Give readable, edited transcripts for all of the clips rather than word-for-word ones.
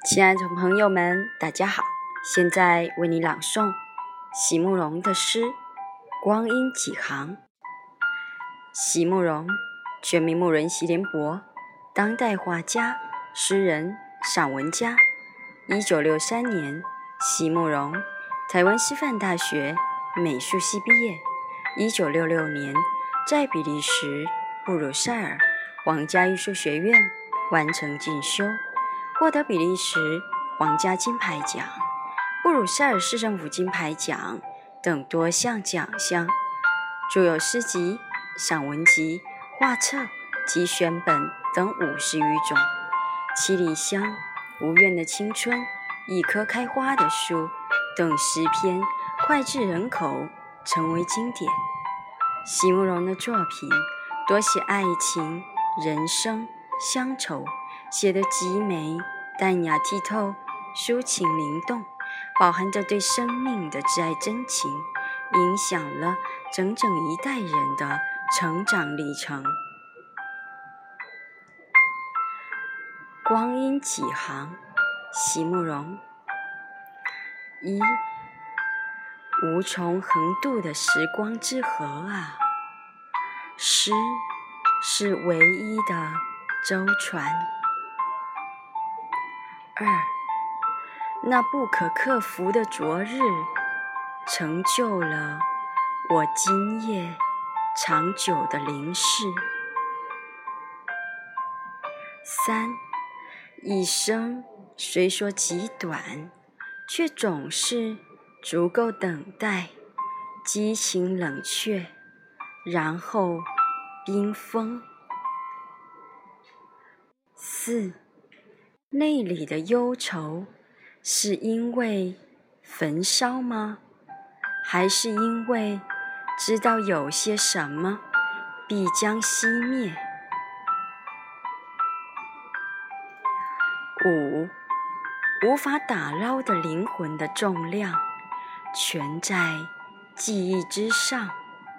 亲爱的朋友们，大家好，现在为你朗诵席慕容的诗《光阴几行》。席慕容，全名慕容席联博，当代画家、诗人、散文家。1963年，席慕容台湾师范大学美术系毕业。1966年，在比利时布鲁塞尔皇家艺术学院完成进修，获得比利时皇家金牌奖、布鲁塞尔市政府金牌奖等多项奖项，著有诗集、散文集、画册及选本等50余种。七里香、无怨的青春、一棵开花的树等诗篇脍炙人口，成为经典。席慕容的作品多写爱情、人生、乡愁，写得极美、淡雅剔透，抒情灵动，饱含着对生命的挚爱真情，影响了整整一代人的成长历程。光阴几行，席慕容。一，无从横渡的时光之河啊，诗是唯一的舟船。二，那不可克服的昨日，成就了我今夜长久的凝视。三，一生虽说极短，却总是足够等待激情冷却，然后冰封。四，内里的忧愁是因为焚烧吗？还是因为知道有些什么必将熄灭？五，无法打捞的灵魂的重量全在记忆之上。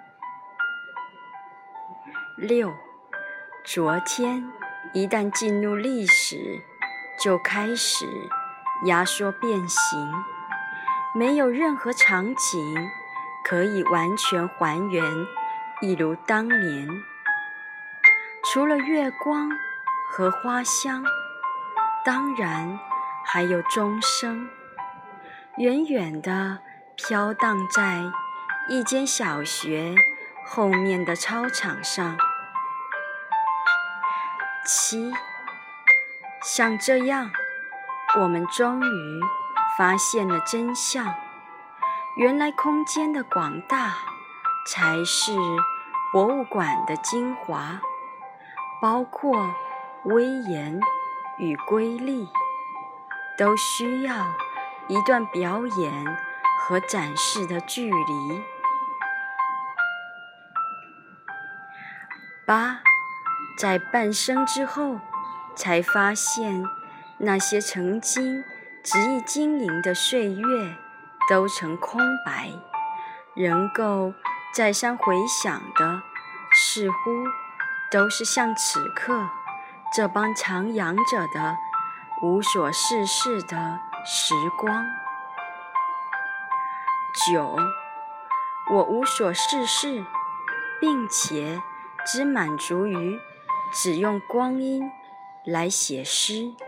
六，昨天一旦进入历史，就开始压缩变形，没有任何场景可以完全还原一如当年。除了月光和花香，当然还有钟声，远远地飘荡在一间小学后面的操场上。七，像这样，我们终于发现了真相，原来空间的广大才是博物馆的精华，包括威严与瑰丽，都需要一段表演和展示的距离。八，在半生之后，才发现那些曾经执意经营的岁月都成空白，能够再三回想的，似乎都是像此刻这般徜徉着的无所事事的时光。九，我无所事事，并且只满足于只用光阴来写诗。